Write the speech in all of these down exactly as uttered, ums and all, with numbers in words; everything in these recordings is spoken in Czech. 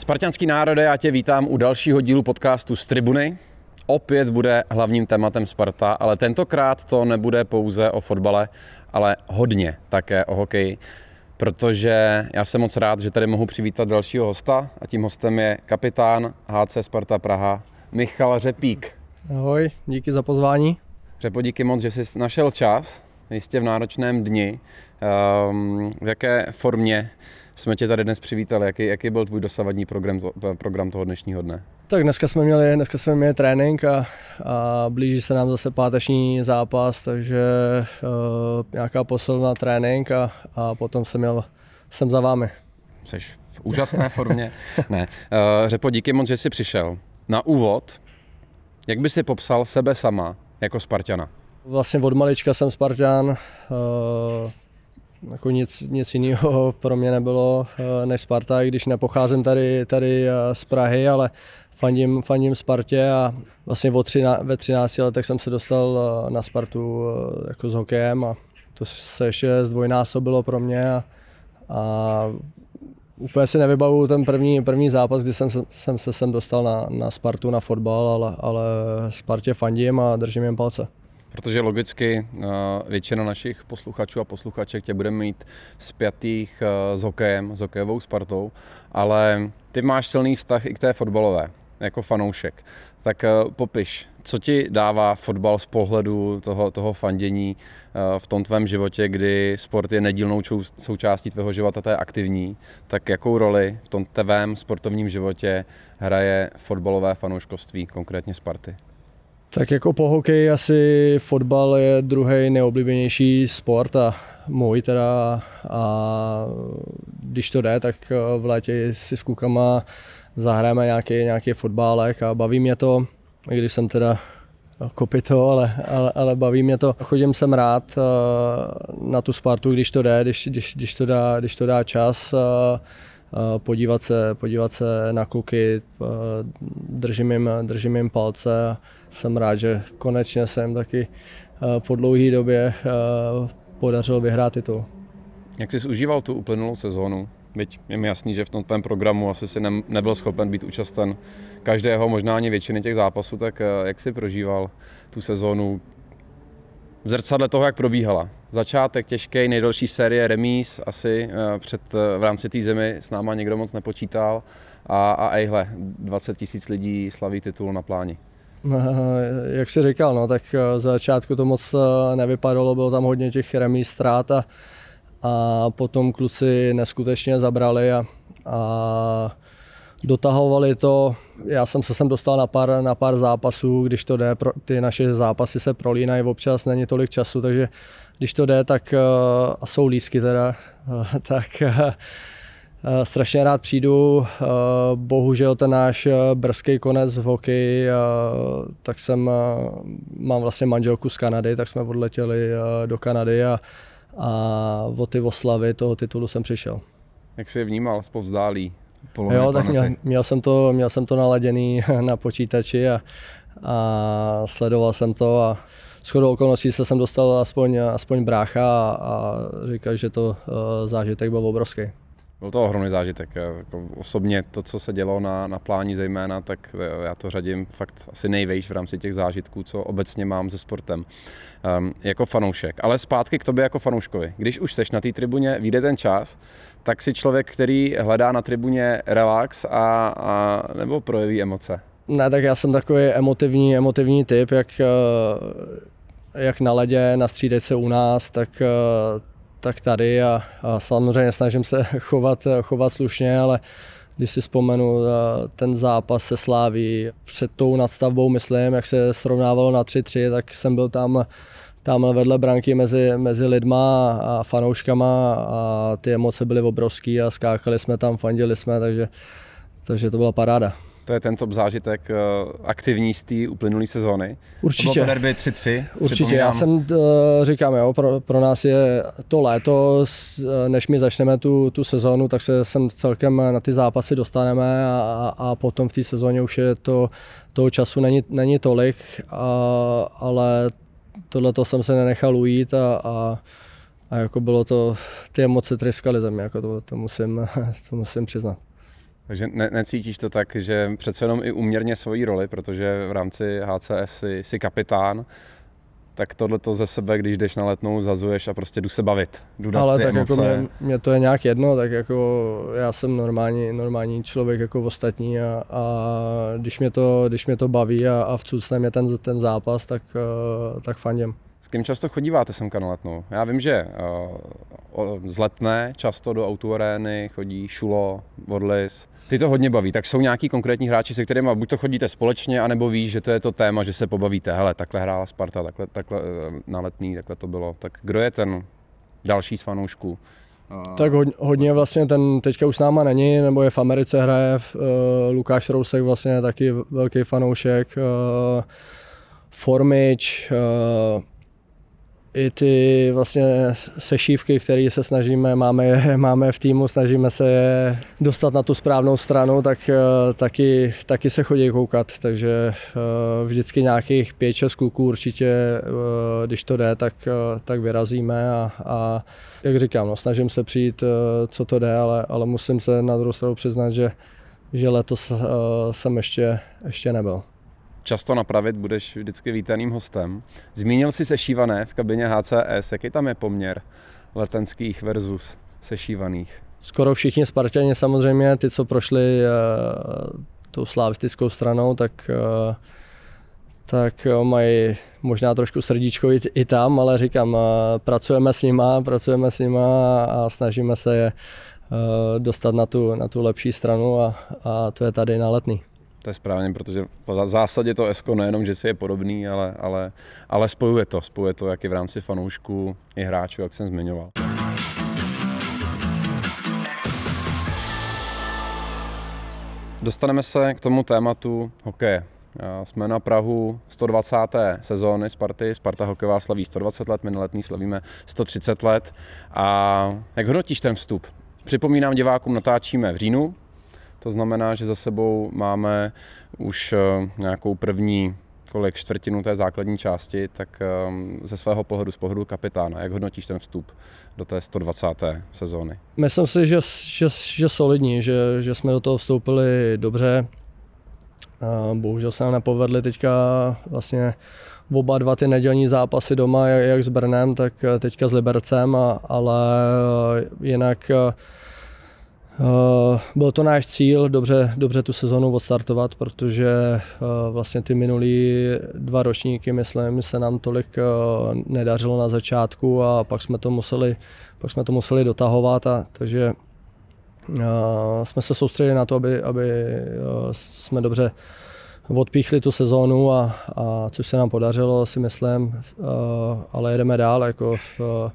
Spartanský národe, já tě vítám u dalšího dílu podcastu z tribuny. Opět bude hlavním tématem Sparta, ale tentokrát to nebude pouze o fotbale, ale hodně také o hokeji. Protože já jsem moc rád, že tady mohu přivítat dalšího hosta a tím hostem je kapitán H C Sparta Praha Michal Řepík. Ahoj, díky za pozvání. Řepo, díky moc, že jsi našel čas, jistě v náročném dni. Um, v jaké formě jsme tě tady dnes přivítali? Jaký, jaký byl tvůj dosavadní program, program toho dnešního dne? Tak dneska jsme měli, dneska jsme měli trénink a, a blíží se nám zase páteční zápas, takže uh, nějaká posilná trénink a, a potom jsem měl jsem za vámi. Jseš v úžasné formě. Ne. Uh, Řepo, díky moc, že jsi přišel. Na úvod, jak bys si popsal sebe sama jako Spartana? Vlastně od malička jsem Spartan. Uh, Jako nic, nic jiného pro mě nebylo než Sparta, i když nepocházím tady, tady z Prahy, ale fandím, fandím Spartě a vlastně ve třinácti letech jsem se dostal na Spartu jako s hokejem a to se ještě zdvojnásobilo pro mě a, a úplně si nevybavuju ten první, první zápas, kdy jsem, jsem se sem dostal na, na Spartu, na fotbal, ale, ale Spartě fandím a držím jim palce. Protože logicky většina našich posluchačů a posluchaček tě bude mít spjatých s hokejem, s hokejovou Spartou, ale ty máš silný vztah i k té fotbalové, jako fanoušek. Tak popiš, co ti dává fotbal z pohledu toho, toho fandění v tom tvém životě, kdy sport je nedílnou součástí tvého života, to je aktivní, tak jakou roli v tom tvém sportovním životě hraje fotbalové fanouškovství, konkrétně Sparty? Tak jako po hokeji asi fotbal je druhý nejoblíbenější sport a můj teda a když to jde, tak v létě si s klukama zahrajeme nějaký, nějaký fotbálek a baví mě to, i když jsem teda kopyto, ale, ale, ale baví mě to. Chodím sem rád na tu Spartu, když to jde, když, když, když, to, dá, když to dá čas. Podívat se, podívat se na kluky, držím jim, držím jim palce. Jsem rád, že konečně jsem taky po dlouhé době podařil vyhrát titul. Jak jsi užíval tu uplynulou sezónu? Byť je mi jasný, že v tom tvém programu asi si ne, nebyl schopen být účasten každého, možná ani většiny těch zápasů, tak jak jsi prožíval tu sezónu v zrcadle toho, jak probíhala? Začátek těžký, nejdelší série remíz, asi před, v rámci té zimy s náma někdo moc nepočítal a, a ejhle, dvacet tisíc lidí slaví titul na pláni. Jak jsi říkal, no, tak za začátku to moc nevypadalo, bylo tam hodně těch remíz ztrát a, a potom kluci neskutečně zabrali a, a dotahovali to. Já jsem se sem dostal na pár, na pár zápasů, když to jde, ty naše zápasy se prolínají občas, není tolik času, takže když to jde, tak a jsou lístky teda, tak strašně rád přijdu. Bohužel ten náš brzký konec v hokeji, tak jsem, mám vlastně manželku z Kanady, tak jsme odletěli do Kanady a, a o ty oslavy toho titulu jsem přišel. Jak jsi je vnímal zpovzdálí? Jo, tak měl, měl, jsem to, měl jsem to naladěný na počítači a, a sledoval jsem to a shodou okolností se jsem dostal aspoň, aspoň brácha a, a říkal, že to uh, zážitek byl obrovský. Byl to ohromný zážitek. Jako osobně to, co se dělo na, na pláni zejména, tak já to řadím fakt asi nejvejš v rámci těch zážitků, co obecně mám se sportem um, jako fanoušek. Ale zpátky k tobě jako fanouškovi. Když už seš na té tribuně, vyjde ten čas, tak si člověk, který hledá na tribuně relax a, a nebo projeví emoce? Ne, tak já jsem takový emotivní, emotivní typ, jak, jak na ledě, na střídačce u nás, tak tak tady a, a samozřejmě snažím se chovat, chovat slušně, ale když si vzpomenu ten zápas se Slaví před tou nadstavbou, myslím, jak se srovnávalo na tři tři, tak jsem byl tam, tam vedle branky mezi, mezi lidma a fanouškama a ty emoce byly obrovský a skákali jsme tam, fandili jsme, takže, takže to byla paráda. To je ten top zážitek aktivní z té uplynulé sezóny. Určitě. To bylo to derby tři tři. Určitě, já jsem, říkám, jo, pro, pro nás je to léto, než my začneme tu, tu sezónu, tak se sem celkem na ty zápasy dostaneme a, a potom v té sezóně už je to, toho času není, není tolik, a, ale tohleto jsem se nenechal ujít a, a, a jako bylo to, ty emoce tryskaly ze mě, jako to, to, musím, to musím přiznat. Takže ne, necítíš to tak, že přece jenom i uměrně svoji roli, protože v rámci H C S jsi, jsi kapitán, tak tohleto ze sebe, když jdeš na Letnou, zazuješ a prostě jdu se bavit, jdu dát Ale ty tak emoce. jako mě, mě to je nějak jedno, tak jako já jsem normální, normální člověk jako ostatní a, a když, mě to, když mě to baví a, a vcucne mě ten, ten zápas, tak, tak fandím. S kým často chodíváte semka na Letnou? Já vím, že uh, z Letné často do autoarény chodí Šulo, Vodlis. Ty to hodně baví, tak jsou nějaký konkrétní hráči, se kterými buď to chodíte společně, anebo víš, že to je to téma, že se pobavíte. Hele, takhle hrála Sparta, takhle, takhle na Letný, takhle to bylo. Tak kdo je ten další z fanoušků? Tak hodně vlastně ten teďka už s náma není, nebo je v Americe hraje, uh, Lukáš Rousek vlastně taky velký fanoušek, uh, Formič, uh, i ty vlastně sešívky, které se snažíme, máme, máme v týmu, snažíme se je dostat na tu správnou stranu, tak taky, taky se chodí koukat, takže vždycky nějakých pět šest kluků určitě, když to jde, tak, tak vyrazíme a, a jak říkám, no, snažím se přijít, co to jde, ale, ale musím se na druhou stranu přiznat, že, že letos jsem ještě, ještě nebyl. Často napravit, budeš vždycky vítaným hostem. Zmínil jsi sešívané v kabině H C S, jaký tam je poměr letenských versus sešívaných? Skoro všichni Sparťani samozřejmě, ty, co prošli uh, tou slavistickou stranou, tak, uh, tak uh, mají možná trošku srdíčko i, i tam, ale říkám, uh, pracujeme s nima, pracujeme s nima a snažíme se je uh, dostat na tu, na tu lepší stranu a, a to je tady na Letný. To je správně, protože v zásadě to Esko nejenom, že si je podobný, ale, ale, ale spojuje to. Spojuje to jak i v rámci fanoušků, i hráčů, jak jsem zmiňoval. Dostaneme se k tomu tématu hokeje. Jsme na prahu sto dvacáté sezóny Sparty. Sparta hokejová slaví sto dvacet let, my na Letný slavíme sto třicet let. A jak hodnotíš ten vstup? Připomínám divákům, natáčíme v říjnu. To znamená, že za sebou máme už nějakou první kolik čtvrtinu té základní části, tak ze svého pohledu, z pohledu kapitána, jak hodnotíš ten vstup do té sto dvacáté sezóny? Myslím si, že, že, že solidní, že, že jsme do toho vstoupili dobře. Bohužel se nám nepovedly teďka vlastně oba dva ty nedělní zápasy doma, jak s Brnem, tak teďka s Libercem, ale jinak Uh, byl to náš cíl dobře, dobře tu sezonu odstartovat, protože uh, vlastně ty minulý dva ročníky, myslím, se nám tolik uh, nedařilo na začátku a pak jsme to museli, pak jsme to museli dotahovat, a, takže uh, jsme se soustředili na to, aby, aby uh, jsme dobře odpíchli tu sezónu, a, a což se nám podařilo, si myslím, uh, ale jedeme dál. Jako, uh,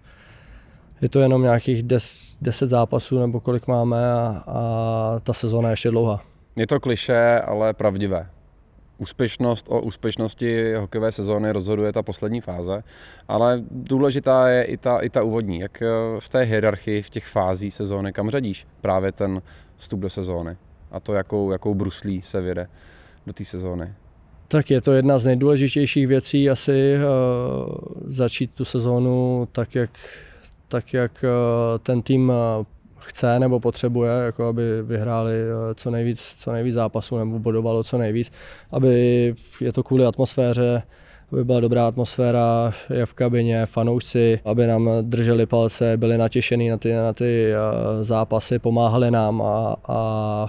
je to jenom nějakých deset zápasů, nebo kolik máme, a, a ta sezóna je ještě dlouhá. Je to klišé, ale pravdivé. Úspěšnost o úspěšnosti hokejové sezóny rozhoduje ta poslední fáze, ale důležitá je i ta, i ta úvodní. Jak v té hierarchii, v těch fází sezóny, kam řadíš právě ten vstup do sezóny a to, jakou, jakou bruslí se vyjde do té sezóny? Tak je to jedna z nejdůležitějších věcí asi uh, začít tu sezónu tak, jak tak jak ten tým chce nebo potřebuje, jako aby vyhráli co nejvíc, co nejvíc zápasů nebo bodovalo co nejvíc, aby je to kvůli atmosféře, aby byla dobrá atmosféra je v kabině, fanoušci, aby nám drželi palce, byli natěšení na ty, na ty zápasy, pomáhali nám. A, a,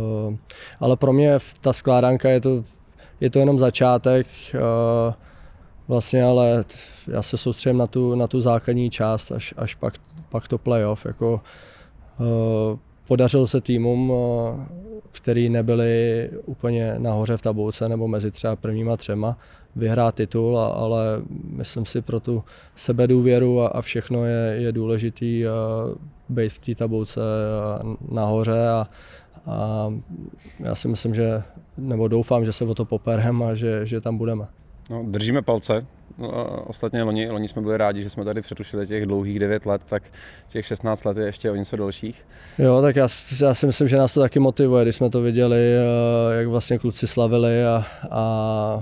ale pro mě ta skládanka je to, je to jenom začátek. Vlastně, ale já se soustředím na tu, na tu základní část, až, až pak, pak to playoff. Jako, uh, podařilo se týmům, uh, který nebyli úplně nahoře v tabulce nebo mezi třeba prvníma třema, vyhrát titul, a, ale myslím si pro tu sebedůvěru a, a všechno je, je důležitý uh, být v té tabulce uh, nahoře, a, a já si myslím, že, nebo doufám, že se o to popereme a že, že tam budeme. No, držíme palce. No, ostatně loni, loni jsme byli rádi, že jsme tady přetušili těch dlouhých devět let, tak těch šestnáct let je ještě o něco dalších. Jo, tak já, já si myslím, že nás to taky motivuje, když jsme to viděli, jak vlastně kluci slavili, a, a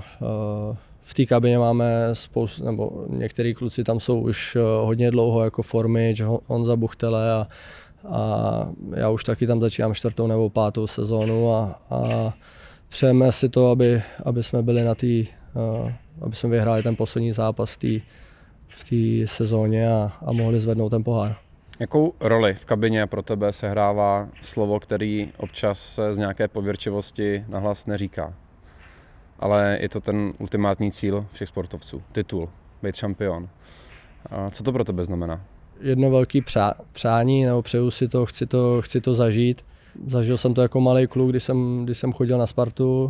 v té kabině máme spoustu, nebo některý kluci tam jsou už hodně dlouho, jako Formič, Honza Buchtele, a, a já už taky tam začínám čtvrtou nebo pátou sezónu a, a přejeme si to, aby, aby jsme byli na té, uh, aby jsme vyhráli ten poslední zápas v té v té sezóně a, a mohli zvednout ten pohár. Jakou roli v kabině pro tebe sehrává slovo, který občas se z nějaké pověrčivosti nahlas neříká? Ale je to ten ultimátní cíl všech sportovců, titul, být šampion. A co to pro tebe znamená? Jedno velké přá, přání, nebo přeju si to, chci to, chci to zažít. Zažil jsem to jako malý kluk, když jsem, když jsem chodil na Spartu.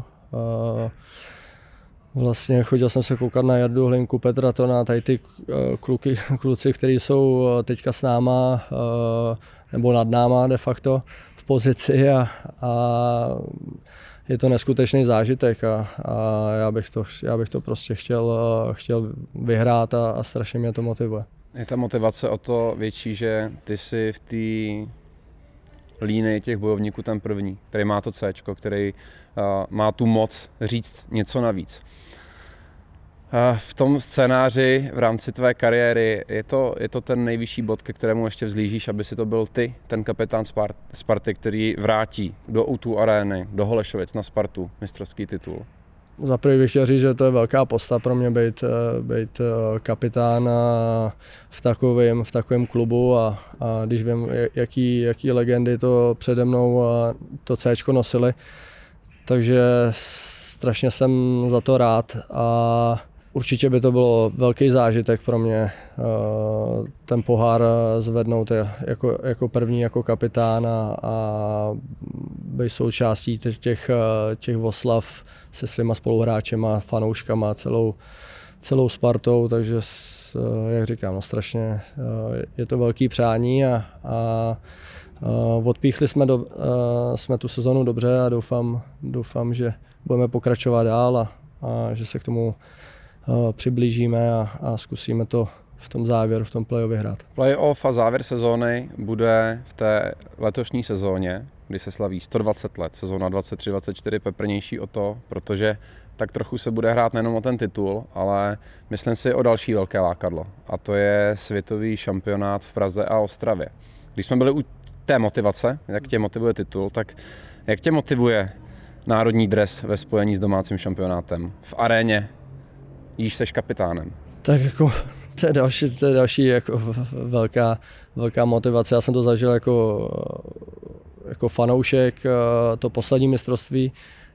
Vlastně chodil jsem se koukat na Jardu Hlinku, Petra Tona, tady ty kluky, kluci, kteří jsou teďka s náma, nebo nad náma de facto v pozici a, a je to neskutečný zážitek a, a já, bych to, já bych to prostě chtěl, chtěl vyhrát a, a strašně mě to motivuje. Je ta motivace o to větší, že ty jsi v té línii těch bojovníků ten první, který má to Cčko, který uh, má tu moc říct něco navíc. Uh, v tom scénáři v rámci tvé kariéry je to, je to ten nejvyšší bod, ke kterému ještě vzlížíš, aby si to byl ty, ten kapitán Spart, Sparty, který vrátí do ó dva arény, do Holešovic na Spartu mistrovský titul. Za prvý bych chtěl říct, že to je velká posta pro mě být, být kapitán v takovém, v takovém klubu a, a když vím, jaký, jaký legendy to přede mnou to Cčko nosili, takže strašně jsem za to rád a určitě by to bylo velký zážitek pro mě ten pohár zvednout jako, jako první, jako kapitán a, a být součástí těch, těch oslav se svýma spoluhráčema, fanouškama, celou, celou Spartou, takže jak říkám, no strašně je to velký přání a, a odpíchli jsme, do, jsme tu sezonu dobře a doufám, doufám, že budeme pokračovat dál a, a že se k tomu přiblížíme a, a zkusíme to v tom závěru, v tom playoff vyhrát. Playoff a závěr sezóny bude v té letošní sezóně, kdy se slaví sto dvacet let, sezóna dvacet tři dvacet čtyři, peprnější o to, protože tak trochu se bude hrát nejenom o ten titul, ale myslím si o další velké lákadlo. A to je světový šampionát v Praze a Ostravě. Když jsme byli u té motivace, jak tě motivuje titul, tak jak tě motivuje národní dres ve spojení s domácím šampionátem v aréně, jíž seš kapitánem? Tak jako to je další, to je další jako velká, velká motivace. Já jsem to zažil jako, jako fanoušek, to poslední mistrovství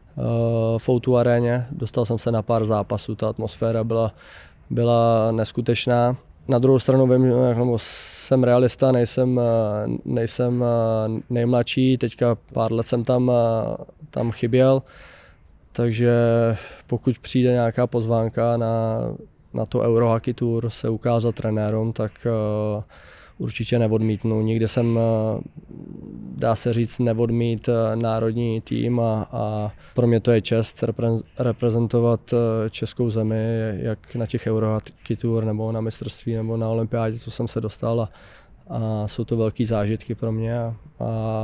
v ó dva aréně. Dostal jsem se na pár zápasů, ta atmosféra byla, byla neskutečná. Na druhou stranu vím, jako jsem realista, nejsem, nejsem nejmladší, teďka pár let jsem tam, tam chyběl, takže pokud přijde nějaká pozvánka na, na to Eurohockey Tour se ukázat trenérům, tak uh, určitě neodmítnu. Nikdy jsem, uh, dá se říct, neodmít uh, národní tým a, a pro mě to je čest repre- reprezentovat uh, českou zemi, jak na těch Eurohockey Tour nebo na mistrovství nebo na olympiádě, co jsem se dostal a, a jsou to velký zážitky pro mě a, a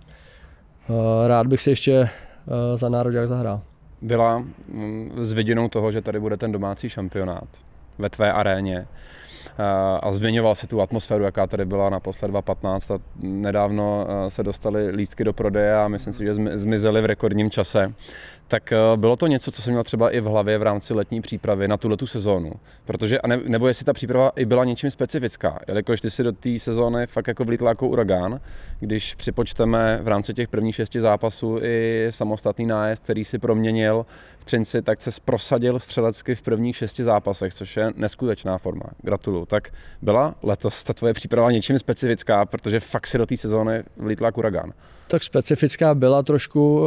uh, rád bych si ještě uh, za národák zahrál. Byla s vidinou toho, že tady bude ten domácí šampionát ve tvé aréně a zmiňoval si tu atmosféru, jaká tady byla naposled dva tisíce patnáct a nedávno se dostaly lístky do prodeje a myslím si, že zmizely v rekordním čase. Tak bylo to něco, co jsem měl třeba i v hlavě v rámci letní přípravy na tuhletu sezónu, protože, nebo jestli ta příprava i byla něčím specifická, jelikož ty si do té sezóny fakt jako vlítla jako uragán, když připočteme v rámci těch prvních šesti zápasů i samostatný nájezd, který si proměnil v Třinci, tak se prosadil střelecky v prvních šesti zápasech, což je neskutečná forma. Gratuluju. Tak byla letos ta tvoje příprava něčím specifická, protože fakt si do té sezóny vlítla jako uragán? Tak specifická byla trošku.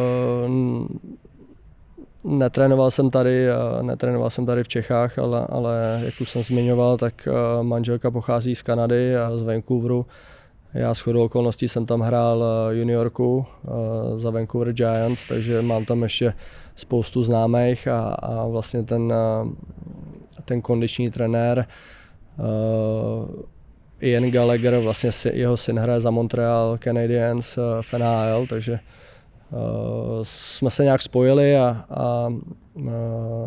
Netrénoval jsem tady, netrénoval jsem tady v Čechách, ale, ale jak už jsem zmiňoval, tak manželka pochází z Kanady a z Vancouveru. Já shodou okolností jsem tam hrál juniorku za Vancouver Giants, takže mám tam ještě spoustu známých a, a vlastně ten, ten kondiční trenér Ian Gallagher, vlastně jeho syn hraje za Montreal Canadiens v N H L, takže Uh, jsme se nějak spojili a, a uh,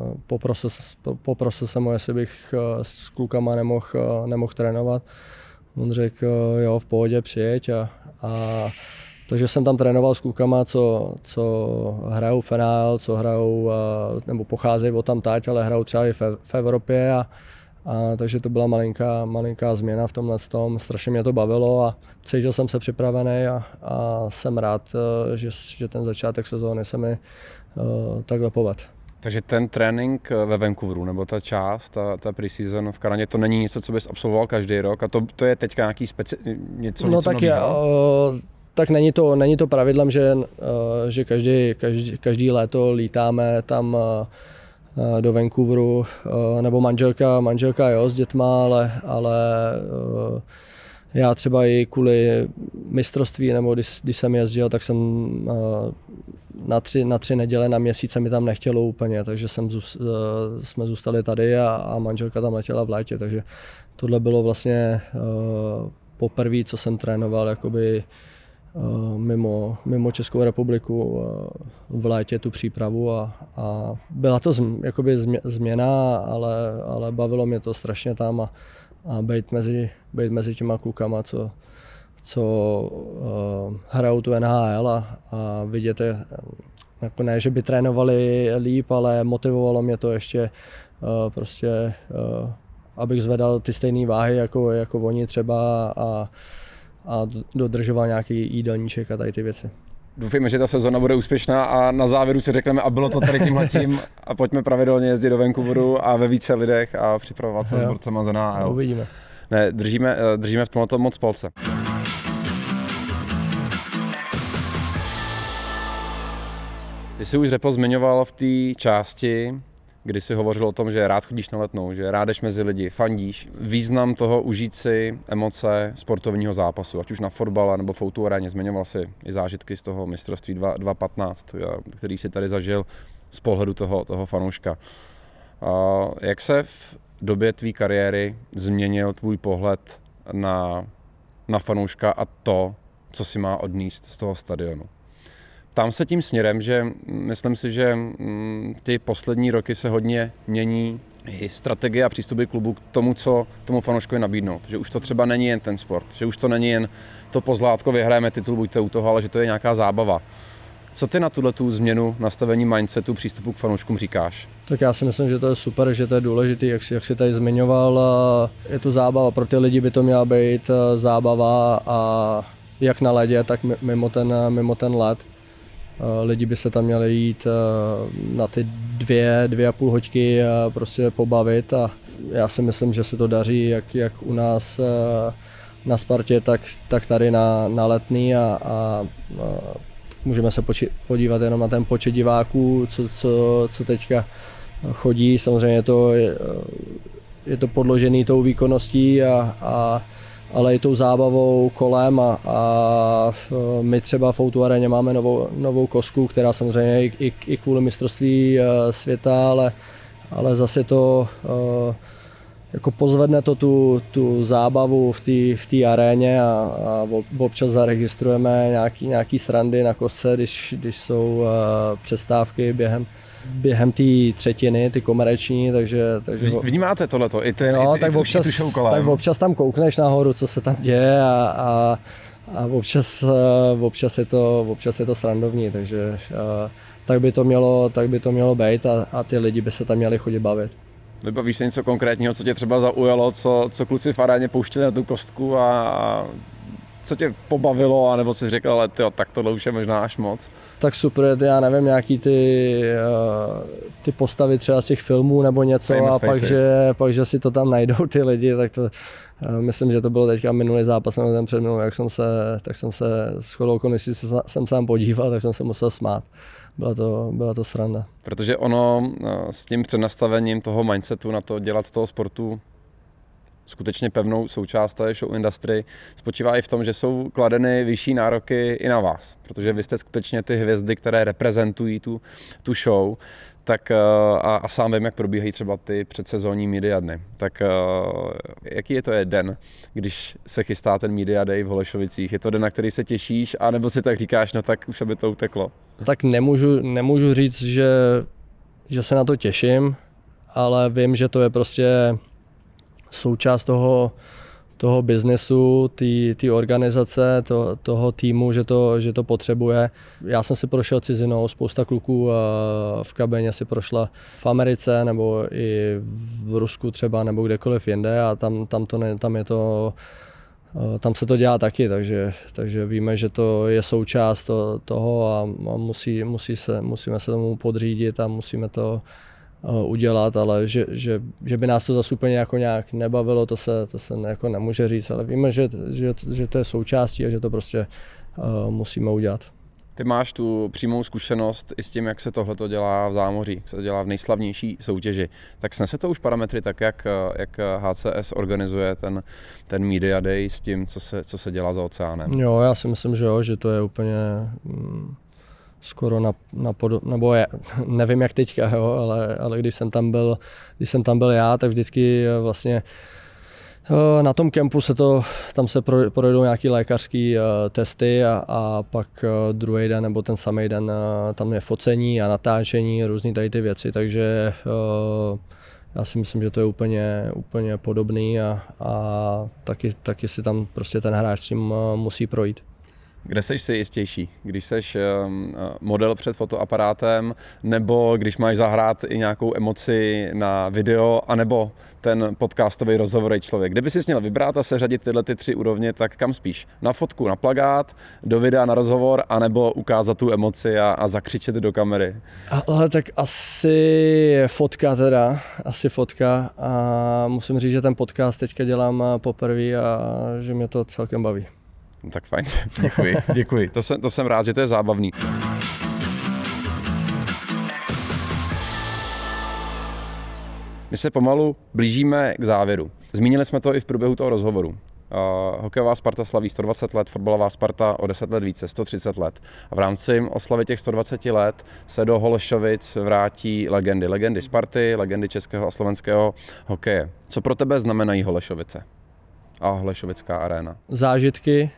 poprosil, poprosil jsem ho, jestli bych uh, s klukama nemohl, uh, nemohl trénovat. On řekl, jo, v pohodě, přijeď. A, a takže jsem tam trénoval s klukama, co, co hrajou v N H L, co hrajou, nebo pocházejí od tam tať, ale hrajou třeba i v, v Evropě. A, a takže to byla malinká, malinká změna v tomhle tom. Strašně mě to bavilo a cítil jsem se připravený a, a jsem rád, že, že ten začátek sezóny se mi uh, takhle povedl. Takže ten trénink ve Vancouveru, nebo ta část, ta, ta pre-season v Kananě, to není něco, co bys absolvoval každý rok a to, to je teďka nějaký speci... něco, no, něco tak nového? Je, uh, tak není to, není to pravidlem, že, uh, že každý, každý, každý léto lítáme tam uh, do Vancouveru, uh, nebo manželka, manželka jo, s dětma, ale, ale uh, já třeba i kvůli mistrovství, nebo když, když jsem jezdil, tak jsem uh, na, tři, na tři neděle na měsíce mi tam nechtělo úplně, takže jsem, uh, jsme zůstali tady a, a manželka tam letěla v létě, takže tohle bylo vlastně uh, poprvé, co jsem trénoval jakoby uh, mimo, mimo Českou republiku uh, v létě tu přípravu a, a byla to zm, jakoby změna, ale, ale bavilo mě to strašně tam a, a být mezi, být mezi těma klukama, co, co uh, hrajou tu N H L a, a vidět je, jako ne, že by trénovali líp, ale motivovalo mě to ještě uh, prostě, uh, abych zvedal ty stejné váhy jako, jako oni třeba a, a dodržoval nějaký jídelníček a tady ty věci. Doufejme, že ta sezona bude úspěšná a na závěru si řekneme, a bylo to tady tímhletím a pojďme pravidelně jezdit do Vancouveru a ve více lidech a připravovat se s borcema z N H L. Uvidíme. Ne, držíme, držíme v tomto moc palce. Ty jsi už Řepo zmiňoval v té části, kdy jsi hovořil o tom, že rád chodíš na Letnou, že rád jdeš mezi lidi, fandíš. Význam toho užít si emoce sportovního zápasu, ať už na fotbale nebo v Outu aréně. Zmiňoval si i zážitky z toho mistrovství dva patnáct, který si tady zažil z pohledu toho, toho fanouška. Jak se v době tvý kariéry změnil tvůj pohled na, na fanouška a to, co si má odníst z toho stadionu? Ptám se tím směrem, že myslím si, že ty poslední roky se hodně mění i strategie a přístupy klubu k tomu, co tomu fanouškovi nabídnout. Že už to třeba není jen ten sport, že už to není jen to pozlátko, vyhrajeme titul, buďte u toho, ale že to je nějaká zábava. Co ty na tuhletu změnu nastavení mindsetu, přístupu k fanouškům říkáš? Tak já si myslím, že to je super, že to je důležité, jak jsi, jak jsi tady zmiňoval. Je to zábava, pro ty lidi by to měla být zábava a jak na ledě, tak mimo ten, mimo ten led. Lidi by se tam měli jít na ty dvě, dvě a půl hoďky a prostě pobavit a já si myslím, že se to daří jak, jak u nás na Spartě, tak, tak tady na, na Letný a, a, a můžeme se poči, podívat jenom na ten počet diváků, co, co, co teďka chodí. Samozřejmě je to, je, je to podložený tou výkonností a, a ale i tou zábavou kolem a, a my třeba v Outu aréně máme novou, novou kosku, která samozřejmě i, i, i kvůli mistrovství světa, ale, ale zase to jako pozvedne to tu, tu zábavu v té v té aréně a, a občas zaregistrujeme nějaký, nějaký srandy na kosce, když, když jsou přestávky během během té třetiny, ty komerční, takže... takže vnímáte tohleto? I, ten, no, i, tak, i, občas, i tu tak občas tam koukneš nahoru, co se tam děje a, a, a občas, občas, je to, občas je to srandovní, takže a, tak, by to mělo, tak by to mělo být a, a ty lidi by se tam měli chodit bavit. Vybavíš se něco konkrétního, co tě třeba zaujalo, co, co kluci v aréně pouštěli na tu kostku a, a co tě pobavilo, anebo jsi řekl, ale tyjo, tak tohle už je možná až moc? Tak super, já nevím, nějaký ty, ty postavy třeba z těch filmů nebo něco Famous a pak že, pak, že si to tam najdou ty lidi, tak to myslím, že to bylo teďka minulý zápas, nebo ten předminulý, jak jsem se, tak jsem se shodou okolností jsem sám podíval, tak jsem se musel smát. Byla to, byla to sranda. Protože ono s tím přednastavením toho mindsetu na to dělat z toho sportu skutečně pevnou součást té show industry spočívá i v tom, že jsou kladeny vyšší nároky i na vás, protože vy jste skutečně ty hvězdy, které reprezentují tu, tu show, tak a, a sám vím, jak probíhají třeba ty předsezónní media dny. Tak jaký je to je den, když se chystá ten media day v Holešovicích? Je to den, na který se těšíš, anebo si tak říkáš, no tak už aby to uteklo? Tak nemůžu, nemůžu říct, že, že se na to těším, ale vím, že to je prostě součást toho, toho biznesu, té organizace, to, toho týmu, že to, že to potřebuje. Já jsem si prošel cizinou, spousta kluků v kabině si prošla v Americe nebo i v Rusku třeba nebo kdekoliv jinde a tam, tam, to ne, tam je to Tam se to dělá taky, takže, takže víme, že to je součást to, toho a musí, musí se, musíme se tomu podřídit a musíme to udělat, ale že, že, že by nás to zase úplně jako nějak nebavilo, to se, to se jako nemůže říct, ale víme, že, že, že to je součástí a že to prostě uh, musíme udělat. Ty máš tu přímou zkušenost i s tím, jak se tohleto dělá v zámoří, jak se to dělá v nejslavnější soutěži. Tak snese to už parametry tak, jak, jak H C S organizuje ten, ten Media Day s tím, co se, co se dělá za oceánem? Jo, já si myslím, že jo, že to je úplně mm, skoro na, na pod, nebo je, nevím jak teďka, jo, ale, ale když jsem tam byl, když jsem tam byl já, tak vždycky vlastně na tom kempu se to, tam se projdou nějaké lékařské testy a, a pak druhý den nebo ten samý den tam je focení a natáčení, různé tady ty věci, takže já si myslím, že to je úplně, úplně podobný a, a taky, taky si tam prostě ten hráč s tím musí projít. Kde seš si jistější? Když seš model před fotoaparátem, nebo když máš zahrát i nějakou emoci na video, anebo ten podcastový rozhovorový člověk? Kde by si měl vybrat a seřadit tyhle ty tři úrovně, tak kam spíš? Na fotku, na plakát, do videa, na rozhovor, anebo ukázat tu emoci a, a zakřičet do kamery? Ale tak asi fotka teda, asi fotka a musím říct, že ten podcast teďka dělám poprvé a že mě to celkem baví. No tak fajn, děkuji, děkuji. To jsem, to jsem rád, že to je zábavný. My se pomalu blížíme k závěru. Zmínili jsme to i v průběhu toho rozhovoru. Uh, hokejová Sparta slaví sto dvacet let, fotbalová Sparta o deset let více, sto třicet let. A v rámci oslavy těch sto dvacet let se do Holešovic vrátí legendy. Legendy Sparty, legendy českého a slovenského hokeje. Co pro tebe znamenají Holešovice a Holešovická aréna? Zážitky,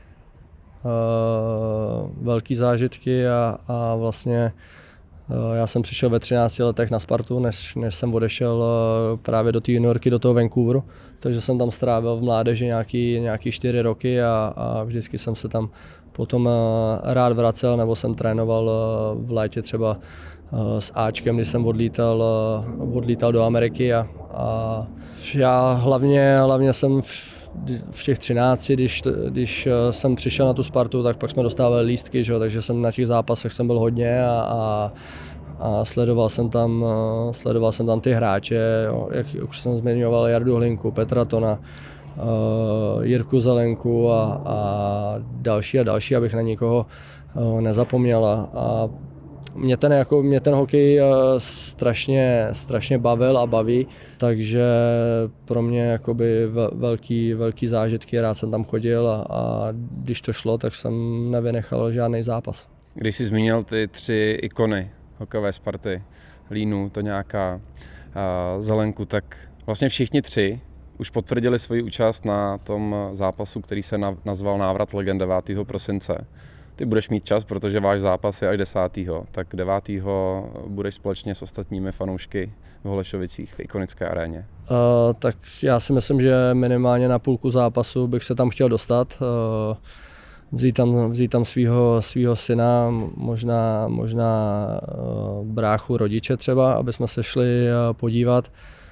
uh, velký zážitky a, a vlastně uh, já jsem přišel ve třinácti letech na Spartu, než, než jsem odešel uh, právě do té juniorky, do toho Vancouveru, takže jsem tam strávil v mládeži nějaký, nějaký čtyři roky a, a vždycky jsem se tam potom uh, rád vracel, nebo jsem trénoval uh, v létě třeba uh, s Ačkem, když jsem odlítal, uh, odlítal do Ameriky a, a já hlavně, hlavně jsem v, v těch třinácti, když, když jsem přišel na tu Spartu, tak pak jsme dostávali lístky, že? Takže jsem na těch zápasech jsem byl hodně a, a, a sledoval, jsem tam, sledoval jsem tam ty hráče, jo? Jak už jsem zmiňoval Jardu Hlinku, Petra Tona, uh, Jirku Zelenku a, a další a další, abych na nikoho uh, nezapomněl. A, a Mě ten, jako, mě ten hokej strašně, strašně bavil a baví, takže pro mě jakoby velký, velký zážitky, rád jsem tam chodil a, a když to šlo, tak jsem nevynechal žádný zápas. Když jsi zmínil ty tři ikony hokejové Sparty, Línu, Toňáka, Zelenku, tak vlastně všichni tři už potvrdili svoji účast na tom zápasu, který se nazval Návrat legend devátého prosince. Ty budeš mít čas, protože váš zápas je až desátého tak devátého budeš společně s ostatními fanoušky v Holešovicích v ikonické aréně. Uh, tak já si myslím, že minimálně na půlku zápasu bych se tam chtěl dostat. Uh, vzít tam, vzít tam svýho, svýho syna, možná, možná uh, bráchu, rodiče třeba, aby jsme se šli uh, podívat.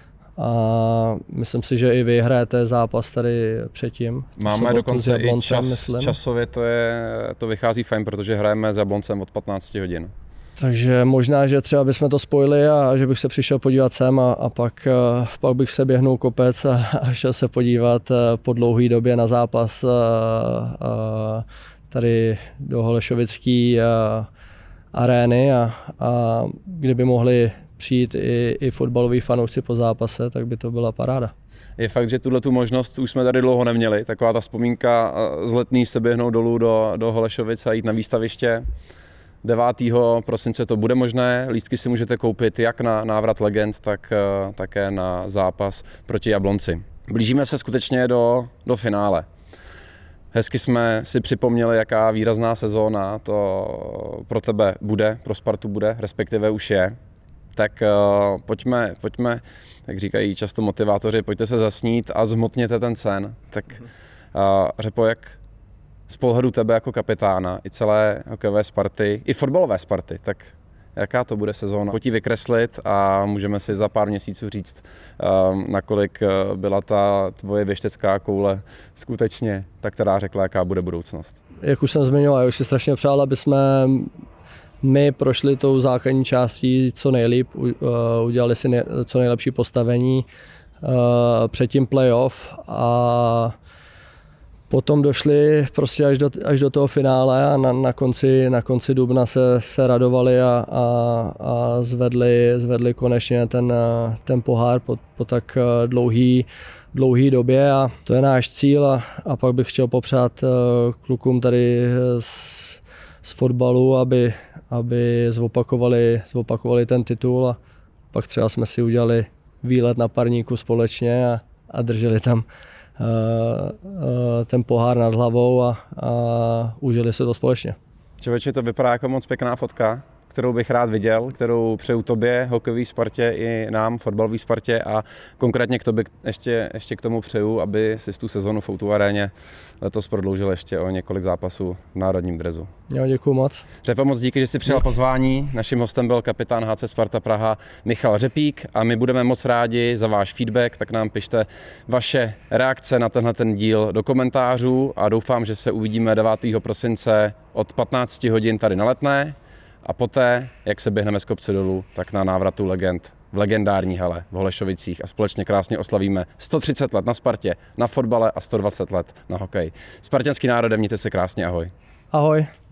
A myslím si, že i vy hrajete zápas tady předtím. Máme dokonce i čas, myslím. Časově to, je, to vychází fajn, protože hrajeme s Jabloncem od patnácti hodin. Takže možná, že třeba bychom to spojili a že bych se přišel podívat sem a, a pak, pak bych se běhnul kopec a, a šel se podívat po dlouhé době na zápas a, a tady do Holešovické arény a, a kdyby mohli přijít i, i fotbaloví fanoušci po zápase, tak by to byla paráda. Je fakt, že tuhle tu možnost už jsme tady dlouho neměli. Taková ta vzpomínka z Letný se běhnout dolů do, do Holešovic a jít na výstaviště. devátého prosince to bude možné. Lístky si můžete koupit jak na návrat legend, tak také na zápas proti Jablonci. Blížíme se skutečně do, do finále. Hezky jsme si připomněli, jaká výrazná sezóna to pro tebe bude, pro Spartu bude, respektive už je. tak uh, pojďme, pojďme, jak říkají často motivátoři, pojďte se zasnít a zhmotněte ten sen. Tak uh, Řepo, jak z pohledu tebe jako kapitána i celé hokejové Sparty, i fotbalové Sparty, tak jaká to bude sezóna? Pojď ji vykreslit a můžeme si za pár měsíců říct, um, nakolik byla ta tvoje věštecká koule skutečně ta, která řekla, jaká bude budoucnost. Jak už jsem zmiňoval, jak si strašně přál, aby jsme my prošli tou základní částí co nejlíp, udělali si nej, co nejlepší postavení uh, před tím playoff a potom došli prostě až do, až do toho finále a na, na, konci, na konci dubna se, se radovali a, a, a zvedli, zvedli konečně ten, ten pohár po, po tak dlouhý, dlouhý době a to je náš cíl a, a pak bych chtěl popřát klukům tady z, z fotbalu, aby, aby zopakovali, zopakovali ten titul a pak třeba jsme si udělali výlet na parníku společně a, a drželi tam ten pohár nad hlavou a, a užili se to společně. Člověče, to vypadá jako moc pěkná fotka, kterou bych rád viděl, kterou přeju tobě, hokejový Spartě i nám, fotbalový Spartě a konkrétně k tobě ještě, ještě k tomu přeju, aby si tu sezonu v O dva aréně letos prodloužil ještě o několik zápasů v národním drezu. Jo, děkuju moc. Řepo, moc díky, že jsi přijal pozvání. Naším hostem byl kapitán H C Sparta Praha Michal Řepík a my budeme moc rádi za váš feedback, tak nám pište vaše reakce na tenhle ten díl do komentářů a doufám, že se uvidíme devátého prosince od patnácti hodin tady na Letné. A poté, jak se běhneme z kopce dolů, tak na návratu legend v legendární hale v Holešovicích a společně krásně oslavíme sto třicet let na Spartě, na fotbale a sto dvacet let na hokej. Spartanský národe, mějte se krásně, ahoj. Ahoj.